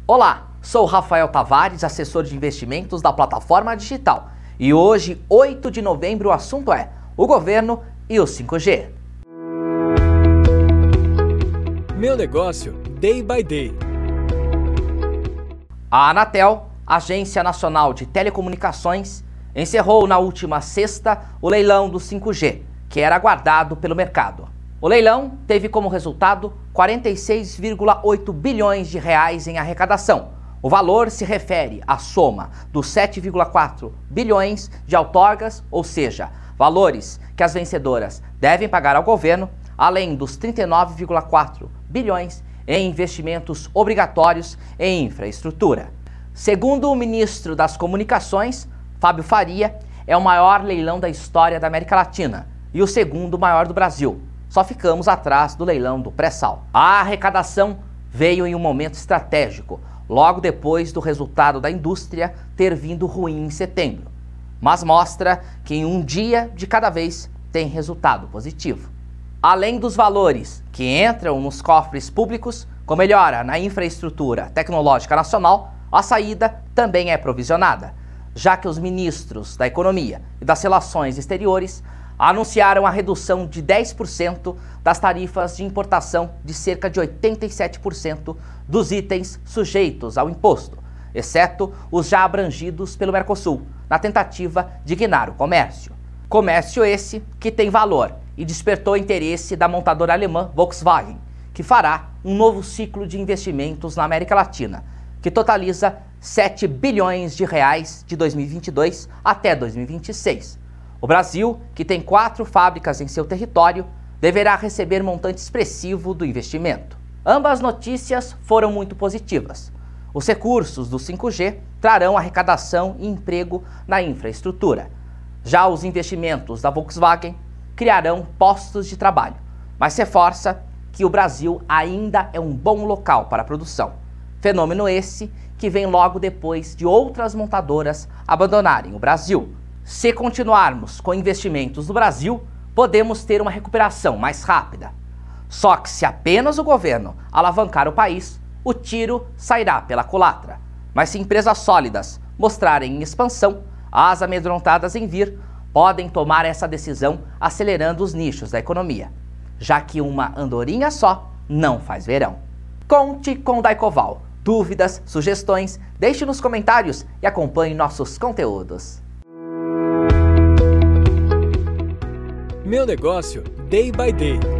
Olá, sou Rafael Tavares, assessor de investimentos da plataforma digital. E hoje, 8 de novembro, o assunto é o governo e o 5G. Meu negócio, Day by Day. A Anatel, Agência Nacional de Telecomunicações, encerrou na última sexta o leilão do 5G, que era aguardado pelo mercado. O leilão teve como resultado 46,8 bilhões de reais em arrecadação. O valor se refere à soma dos 7,4 bilhões de outorgas, ou seja, valores que as vencedoras devem pagar ao governo, além dos 39,4 bilhões em investimentos obrigatórios em infraestrutura. Segundo o ministro das Comunicações, Fábio Faria, é o maior leilão da história da América Latina e o segundo maior do Brasil. Só ficamos atrás do leilão do pré-sal. A arrecadação veio em um momento estratégico, logo depois do resultado da indústria ter vindo ruim em setembro. Mas mostra que em um dia de cada vez tem resultado positivo. Além dos valores que entram nos cofres públicos, com melhora na infraestrutura tecnológica nacional, a saída também é provisionada, já que os ministros da Economia e das Relações Exteriores anunciaram a redução de 10% das tarifas de importação de cerca de 87% dos itens sujeitos ao imposto, exceto os já abrangidos pelo Mercosul, na tentativa de guinar o comércio. Comércio esse que tem valor e despertou interesse da montadora alemã Volkswagen, que fará um novo ciclo de investimentos na América Latina, que totaliza 7 bilhões de reais de 2022 até 2026. O Brasil, que tem 4 fábricas em seu território, deverá receber montante expressivo do investimento. Ambas notícias foram muito positivas. Os recursos do 5G trarão arrecadação e emprego na infraestrutura. Já os investimentos da Volkswagen criarão postos de trabalho, mas reforça que o Brasil ainda é um bom local para a produção. Fenômeno esse que vem logo depois de outras montadoras abandonarem o Brasil. Se continuarmos com investimentos no Brasil, podemos ter uma recuperação mais rápida. Só que se apenas o governo alavancar o país, o tiro sairá pela culatra. Mas se empresas sólidas mostrarem expansão, as amedrontadas em vir podem tomar essa decisão acelerando os nichos da economia, já que uma andorinha só não faz verão. Conte com Daicoval. Dúvidas, sugestões, deixe nos comentários e acompanhe nossos conteúdos. Meu negócio, Day by Day.